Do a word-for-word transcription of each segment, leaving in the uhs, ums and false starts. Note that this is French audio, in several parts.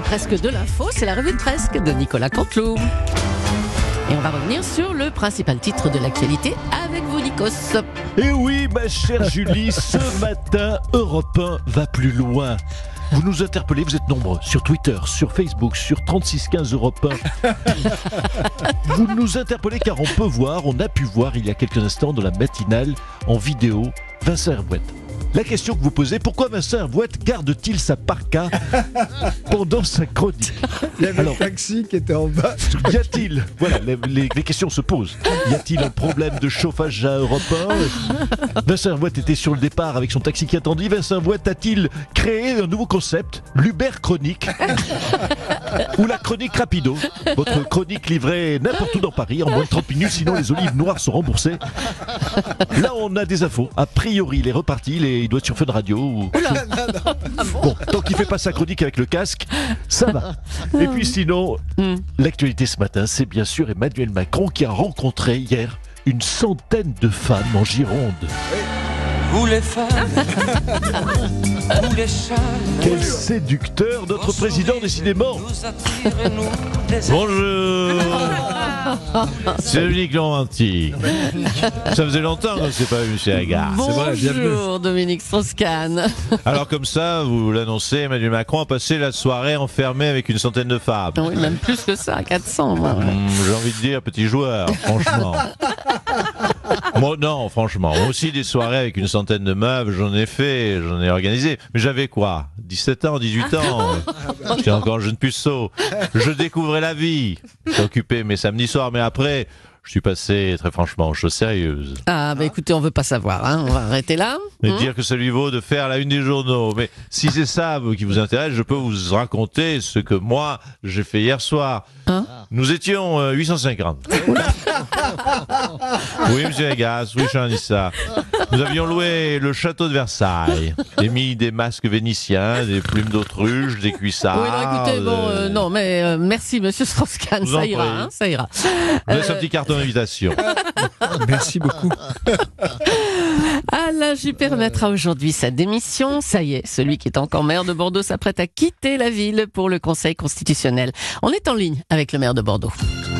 presque de l'info, c'est la revue de Presque de Nicolas Canteloup. Et on va revenir sur le principal titre de l'actualité avec vous, Nikos. Et oui, ma chère Julie, ce matin, Europe un va plus loin. Vous nous interpellez, vous êtes nombreux, sur Twitter, sur Facebook, sur trente-six quinze Europe un. Vous nous interpellez car on peut voir, on a pu voir il y a quelques instants dans la matinale, en vidéo, Vincent Hervouet. La question que vous posez, pourquoi Vincent Hervouet garde-t-il sa parka pendant sa chronique ? Il y avait Alors, le taxi qui était en bas. Y a-t-il, voilà, les, les, les questions se posent. Y a-t-il un problème de chauffage à Europe un ? Vincent Hervouet était sur le départ avec son taxi qui attendit. Vincent Hervouet a-t-il créé un nouveau concept, l'Uber chronique ou la chronique rapido ? Votre chronique livrée n'importe où dans Paris en moins de trente minutes, sinon les olives noires sont remboursées. Là, on a des infos. A priori, il est reparti. Les il doit être sur Fun Radio ou... Bon, tant qu'il fait pas sa chronique avec le casque, ça va. Et puis sinon, mm. l'actualité ce matin, c'est bien sûr Emmanuel Macron qui a rencontré hier une centaine de femmes en Gironde. Vous les femmes, vous les châles. Quel séducteur, notre président, décidément. Bonjour. C'est Dominique Laurenti. Ça faisait longtemps qu'on ne s'est pas vu, monsieur Agar. Bonjour, Dominique Strauss-Kahn. Alors comme ça, vous l'annoncez, Emmanuel Macron a passé la soirée enfermé avec une centaine de femmes. Oui, même plus que ça, quatre cents. Moi, ouais. mmh, J'ai envie de dire, petit joueur, franchement. Moi, non, franchement. Moi aussi, des soirées avec une centaine de meufs, j'en ai fait, j'en ai organisé. Mais j'avais quoi ? dix-sept ans, dix-huit ans. J'étais encore jeune puceau. Je découvrais la vie. J'étais occupé mes samedis soirs, mais après, je suis passé, très franchement, aux choses sérieuses. Ah, bah écoutez, on veut pas savoir, hein. On va arrêter là. Et hum dire que ça lui vaut de faire la une des journaux. Mais si c'est ça qui vous intéresse, je peux vous raconter ce que moi, j'ai fait hier soir. Hein Nous étions euh, huit cent cinquante. Oui, monsieur Agas, oui, je dis ça. Nous avions loué le château de Versailles, et mis des masques vénitiens, des plumes d'autruche, des cuissards. Oui, non, écoutez, bon, euh, euh... non, mais euh, merci, monsieur Strauss-Kahn, ça ira, hein, ça ira. Vous laisse euh... un petit carton d'invitation. Merci beaucoup. Alain Juppé remettra aujourd'hui sa démission. Ça y est, celui qui est encore maire de Bordeaux s'apprête à quitter la ville pour le Conseil constitutionnel. On est en ligne avec le maire de Bordeaux.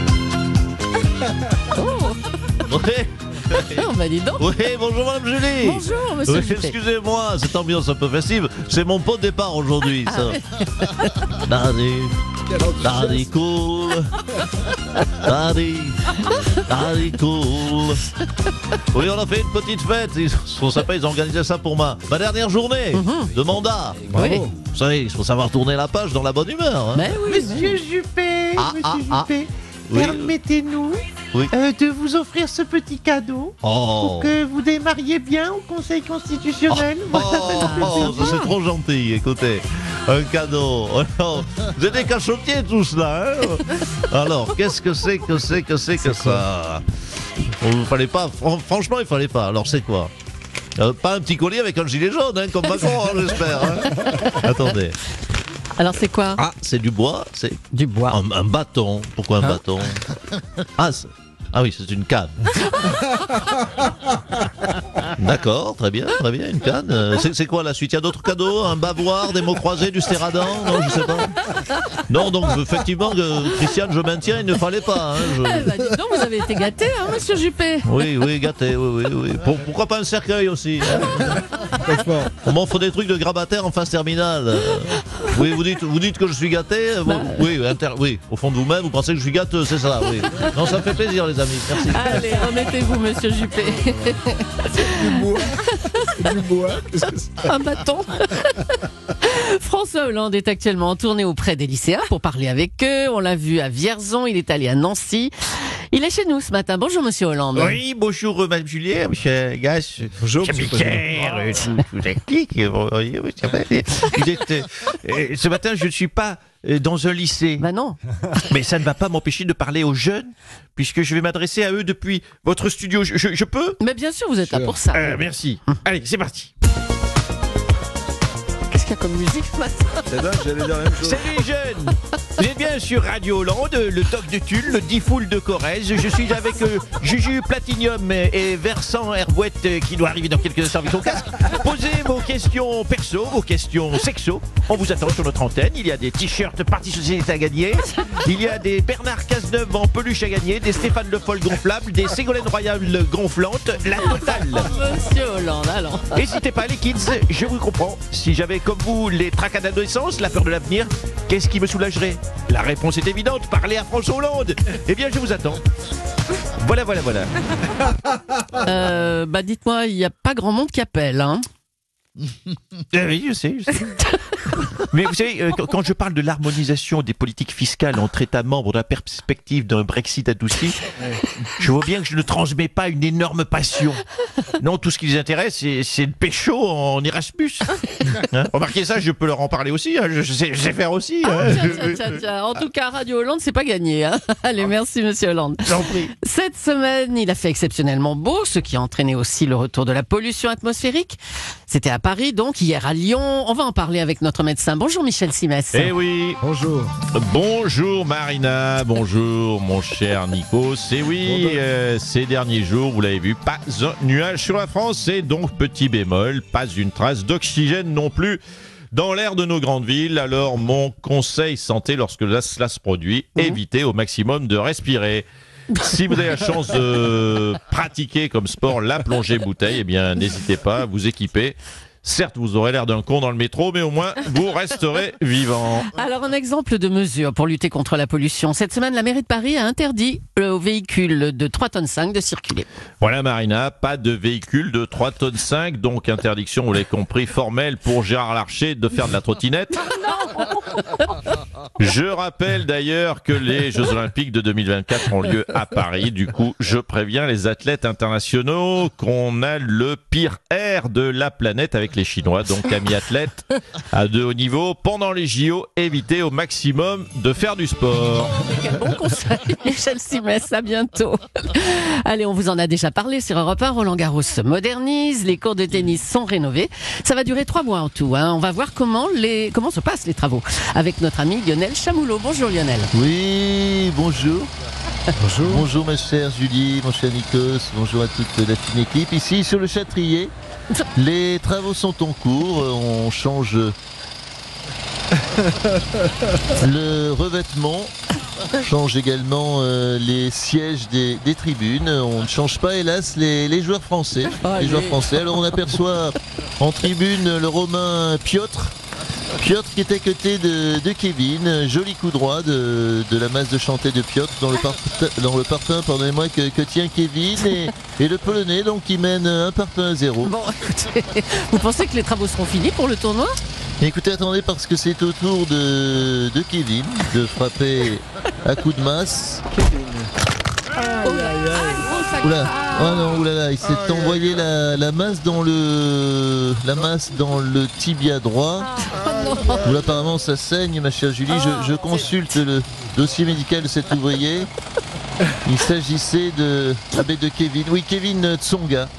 Oh. Ouais. On m'a dit donc. Oui, bonjour Madame Julie. Bonjour Monsieur oui, Juppé. Excusez-moi, cette ambiance un peu festive, c'est mon pot de départ aujourd'hui, ça. Daddy, daddy cool, daddy, daddy cool. Oui, on a fait une petite fête, ils sont sympas, ils ont organisé ça pour ma, ma dernière journée mm-hmm. de mandat. Oui. Vous savez, il faut savoir tourner la page dans la bonne humeur. Hein. Mais oui, Monsieur mais... Juppé, ah, Monsieur ah, Juppé, ah. permettez-nous oui. euh, de vous offrir ce petit cadeau oh. pour que vous démarriez bien au Conseil constitutionnel. Oh, oh, oh, ça c'est trop gentil, écoutez. Un cadeau. Oh, vous êtes des cachotiers tous là. Hein. Alors, qu'est-ce que c'est que c'est que c'est que ça ? Il fallait pas, franchement, il fallait pas. Alors, c'est quoi ? euh, Pas un petit collier avec un gilet jaune, hein, comme Macron, hein, j'espère. Hein. Attendez. Alors c'est quoi ? Ah, c'est du bois, c'est du bois. Un, un bâton. Pourquoi un hein bâton ? Ah, c'est... ah oui, c'est une canne. D'accord, très bien, très bien, une canne. C'est, c'est quoi la suite ? Il y a d'autres cadeaux ? Un bavoir, des mots croisés, du stéradin ? Non, je sais pas. Non, donc effectivement, euh, Christiane, je maintiens, il ne fallait pas. Hein, je... eh ben, dis donc, vous avez été gâté, hein, monsieur Juppé. Oui, oui, gâté, oui, oui, oui. Pour, pourquoi pas un cercueil aussi hein. On m'offre des trucs de grabataire en phase terminale. Oui, vous dites, vous dites que je suis gâté vous, bah... oui, inter... oui, au fond de vous-même, vous pensez que je suis gâteux, c'est ça, oui. Non, ça me fait plaisir, les amis, merci. Allez, remettez-vous, monsieur Juppé. C'est du bois. C'est du bois. Qu'est-ce que c'est ? Un bâton. François Hollande est actuellement en tournée auprès des lycéens pour parler avec eux. On l'a vu à Vierzon, il est allé à Nancy. Il est chez nous ce matin. Bonjour, monsieur Hollande. Oui, bonjour, madame Julien, monsieur Gas. Bonjour, monsieur Bicaire, tout technique. Vous êtes, euh, ce matin, je ne suis pas euh, dans un lycée. Bah non. Mais ça ne va pas m'empêcher de parler aux jeunes, puisque je vais m'adresser à eux depuis votre studio. Je, je, je peux ? Mais bien sûr, vous êtes sure. là pour ça. Euh, merci. Allez, c'est parti. Qu'est-ce qu'il y a comme musique ce matin ? C'est dingue, j'allais dire la même chose. Salut les jeunes. Vous êtes bien sur Radio Hollande, le Toc de Tulle, le Diffoul de Corrèze. Je suis avec euh, Juju Platinium et Vincent Hervouet euh, qui doit arriver dans quelques instants avec son casque. Posez vos questions perso, vos questions sexo, on vous attend sur notre antenne. Il y a des t-shirts Parti Socialiste à gagner. Il y a des Bernard Cazeneuve en peluche à gagner, des Stéphane Le Foll gonflables, des Ségolène Royal gonflantes, la totale. Monsieur Hollande, alors. N'hésitez pas les kids, je vous comprends. Si j'avais comme vous les tracas d'adolescence, la peur de l'avenir, qu'est-ce qui me soulagerait? La réponse est évidente, parler à François Hollande. Eh bien, je vous attends. Voilà, voilà, voilà. Euh, bah dites-moi, il n'y a pas grand monde qui appelle, hein. Euh, oui, je sais, je sais. Mais vous savez, euh, quand, quand je parle de l'harmonisation des politiques fiscales entre États membres dans la perspective d'un Brexit adouci, je vois bien que je ne transmets pas une énorme passion. Non, tout ce qui les intéresse, c'est, c'est le pécho en Erasmus. Hein, remarquez ça, je peux leur en parler aussi. Hein, je, je sais, je sais faire aussi. Ah, Hein. tiens, tiens, tiens, tiens. En tout cas, Radio Hollande, c'est pas gagné, hein. Allez, merci Monsieur Hollande. J'en prie. Cette semaine, il a fait exceptionnellement beau, ce qui a entraîné aussi le retour de la pollution atmosphérique. C'était à Paris, donc hier à Lyon. On va en parler avec notre médecin. Bonjour Michel Simès. Eh oui. Bonjour. Bonjour Marina, bonjour mon cher Nikos. Et oui, euh, ces derniers jours, vous l'avez vu, pas un nuage sur la France et donc petit bémol, pas une trace d'oxygène non plus dans l'air de nos grandes villes. Alors mon conseil santé lorsque cela se produit, mmh. évitez au maximum de respirer. Si vous avez la chance de pratiquer comme sport la plongée bouteille, eh bien n'hésitez pas à vous équiper. Certes, vous aurez l'air d'un con dans le métro, mais au moins, vous resterez vivant. Alors, un exemple de mesure pour lutter contre la pollution. Cette semaine, la mairie de Paris a interdit aux véhicules de trois tonnes cinq de circuler. Voilà, Marina, pas de véhicules de trois tonnes cinq, donc interdiction, vous l'avez compris, formelle pour Gérard Larcher de faire de la trottinette. Je rappelle d'ailleurs que les Jeux Olympiques de deux mille vingt-quatre ont lieu à Paris. Du coup, je préviens les athlètes internationaux qu'on a le pire air de la planète avec les Chinois. Donc, amis athlètes à de haut niveau, pendant les J O, évitez au maximum de faire du sport. Quel bon conseil, Michel Simès, à bientôt. Allez, on vous en a déjà parlé sur Europe un. Roland Garros se modernise, les cours de tennis sont rénovés. Ça va durer trois mois en tout, hein. On va voir comment, les, comment se passent les travaux avec notre ami Lionel Chamoulot. Bonjour Lionel. Oui, bonjour. Bonjour. Bonjour ma chère Julie, mon cher Nikos, bonjour à toute la fine équipe. Ici sur le Châtrier, les travaux sont en cours, on change le revêtement, on change également euh, les sièges des, des tribunes, on ne change pas hélas les, les joueurs français. Les joueurs français. Alors on aperçoit en tribune le Romain Piotr. Piotr qui est à côté de, de Kevin, joli coup droit de, de la masse de chanté de Piotr dans le, par, dans le parpaing, pardonnez-moi, que, que tient Kevin et, et le Polonais donc qui mène un parpaing à zéro. Bon, écoutez, vous pensez que les travaux seront finis pour le tournoi ? Écoutez, attendez, parce que c'est au tour de, de Kevin de frapper à coup de masse. Oula, oh non, oulala, il s'est Aïe, envoyé aïe, la, la masse dans le la masse dans le tibia droit. Où apparemment ça saigne, ma chère Julie. Je, je consulte le dossier médical de cet ouvrier. Il s'agissait de ah ben de Kevin. Oui, Kevin Tsonga.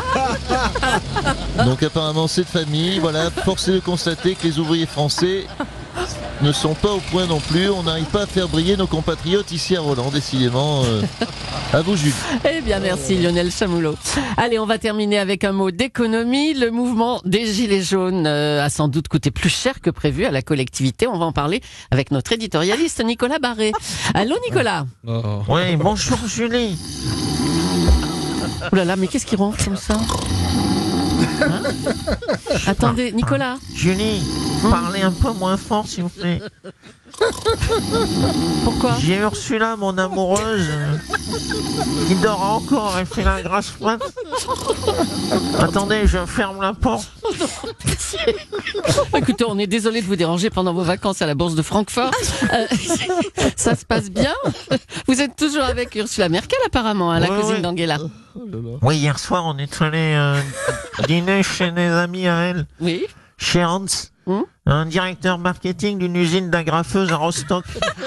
Donc apparemment c'est de famille. Voilà, force est de constater que les ouvriers français ne sont pas au point non plus. On n'arrive pas à faire briller nos compatriotes ici à Roland, décidément. Euh, à vous, Julie. Eh bien, merci Lionel Chamoulot. Allez, on va terminer avec un mot d'économie. Le mouvement des Gilets jaunes euh, a sans doute coûté plus cher que prévu à la collectivité. On va en parler avec notre éditorialiste Nicolas Barré. Allô Nicolas. Oh. Oui, bonjour Julie. Ouh là là, mais qu'est-ce qui ronfle comme ça, hein? Attendez, Nicolas. Julie, parlez un peu moins fort s'il vous plaît. Pourquoi? J'ai Ursula, mon amoureuse, qui dort encore, elle fait la grasse mat. Attendez, je ferme la porte. Écoutez, on est désolé de vous déranger pendant vos vacances à la Bourse de Francfort. Euh, ça se passe bien? Vous êtes toujours avec Ursula Merkel apparemment, hein, la Ouais, cousine ouais. d'Angela. Oui, hier soir, on est allé euh, dîner chez des amis à elle, Oui. chez Hans, Hum un directeur marketing d'une usine d'agrafeuses à Rostock.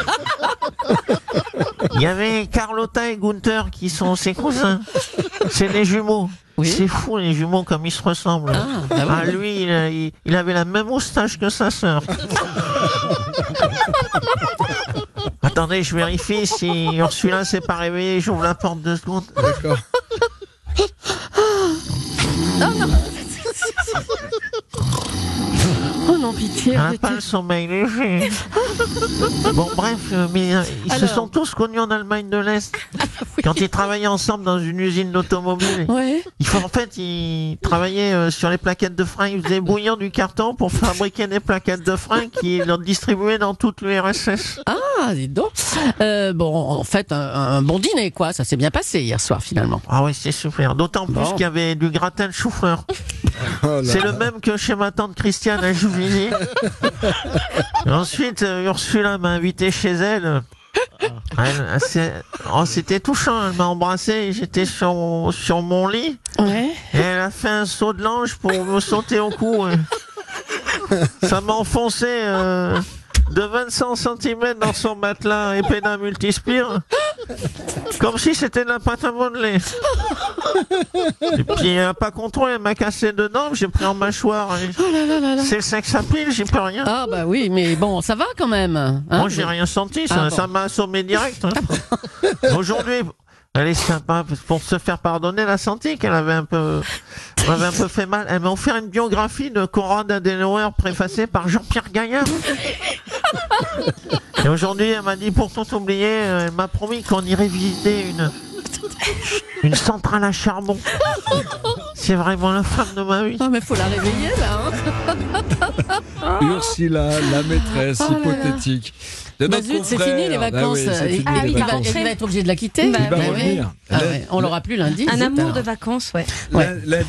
Il y avait Carlotta et Gunther qui sont ses cousins. C'est des jumeaux. Oui. C'est fou les jumeaux comme ils se ressemblent. Ah, bah oui. Ah, lui, il, a- il- il avait la même moustache que sa sœur. Attendez, je vérifie si Ursula s'est pas réveillée. J'ouvre la porte deux secondes. D'accord. non, pitié. Elle n'a arrêtez. pas le sommeil léger. Bon, bref, euh, mais euh, ils se Alors. sont tous connus en Allemagne de l'Est. Oui. Quand ils travaillaient ensemble dans une usine d'automobile. Ouais. Il faut, en fait, ils travaillaient euh, sur les plaquettes de frein. Ils faisaient bouillir du carton pour fabriquer des plaquettes de frein qui leur distribuaient dans toute l'U R S S. Ah, dis donc. Euh, bon, en fait, un, un bon dîner, quoi. Ça s'est bien passé hier soir, finalement. Ah oui, c'est super. D'autant plus Bon. qu'il y avait du gratin de chou-fleur. Oh là C'est là. le même que chez ma tante Christiane à Jouvigny. Et ensuite, euh, Ursula m'a invité chez elle. Elle, elle s'est- oh, c'était touchant. Elle m'a embrassé. et J'étais sur, sur mon lit. Ouais. Et elle a fait un saut de l'ange pour me sauter au cou. ouais. Ça m'a enfoncé euh, de vingt-cinq centimètres dans son matelas épais d'un multispire. Comme si c'était de la pâte à modeler. Et puis elle n'a pas contrôlé, elle m'a cassé dedans, j'ai pris en mâchoire. et- Oh là là là là. C'est le sexe à pile, j'y peux rien. Ah, bah oui, mais bon, ça va quand même. Hein. Moi j'ai rien senti, ça Ah bon. ça m'a assommé direct. hein. Aujourd'hui, elle est sympa, pour se faire pardonner, elle a senti qu'elle avait un peu, elle avait un peu fait mal. Elle m'a offert une biographie de Konrad Adenauer préfacée par Jean-Pierre Gaillard. Et aujourd'hui, elle m'a dit, pour tout oublier, euh, elle m'a promis qu'on irait visiter une, une centrale à charbon. C'est vraiment la femme de ma vie. Ah, mais faut la réveiller, là. Hein. Ursula, la maîtresse Oh là là. hypothétique. De Bah notre zut, c'est confrère. fini les Ah vacances. oui, c'est il, fini, il- les il va, vacances. il va être obligé de la quitter. Bah Il va Bah oui. revenir. Ah La- ouais, on l'aura plus lundi. Un zut, amour alors. de vacances, ouais. La, Ouais. la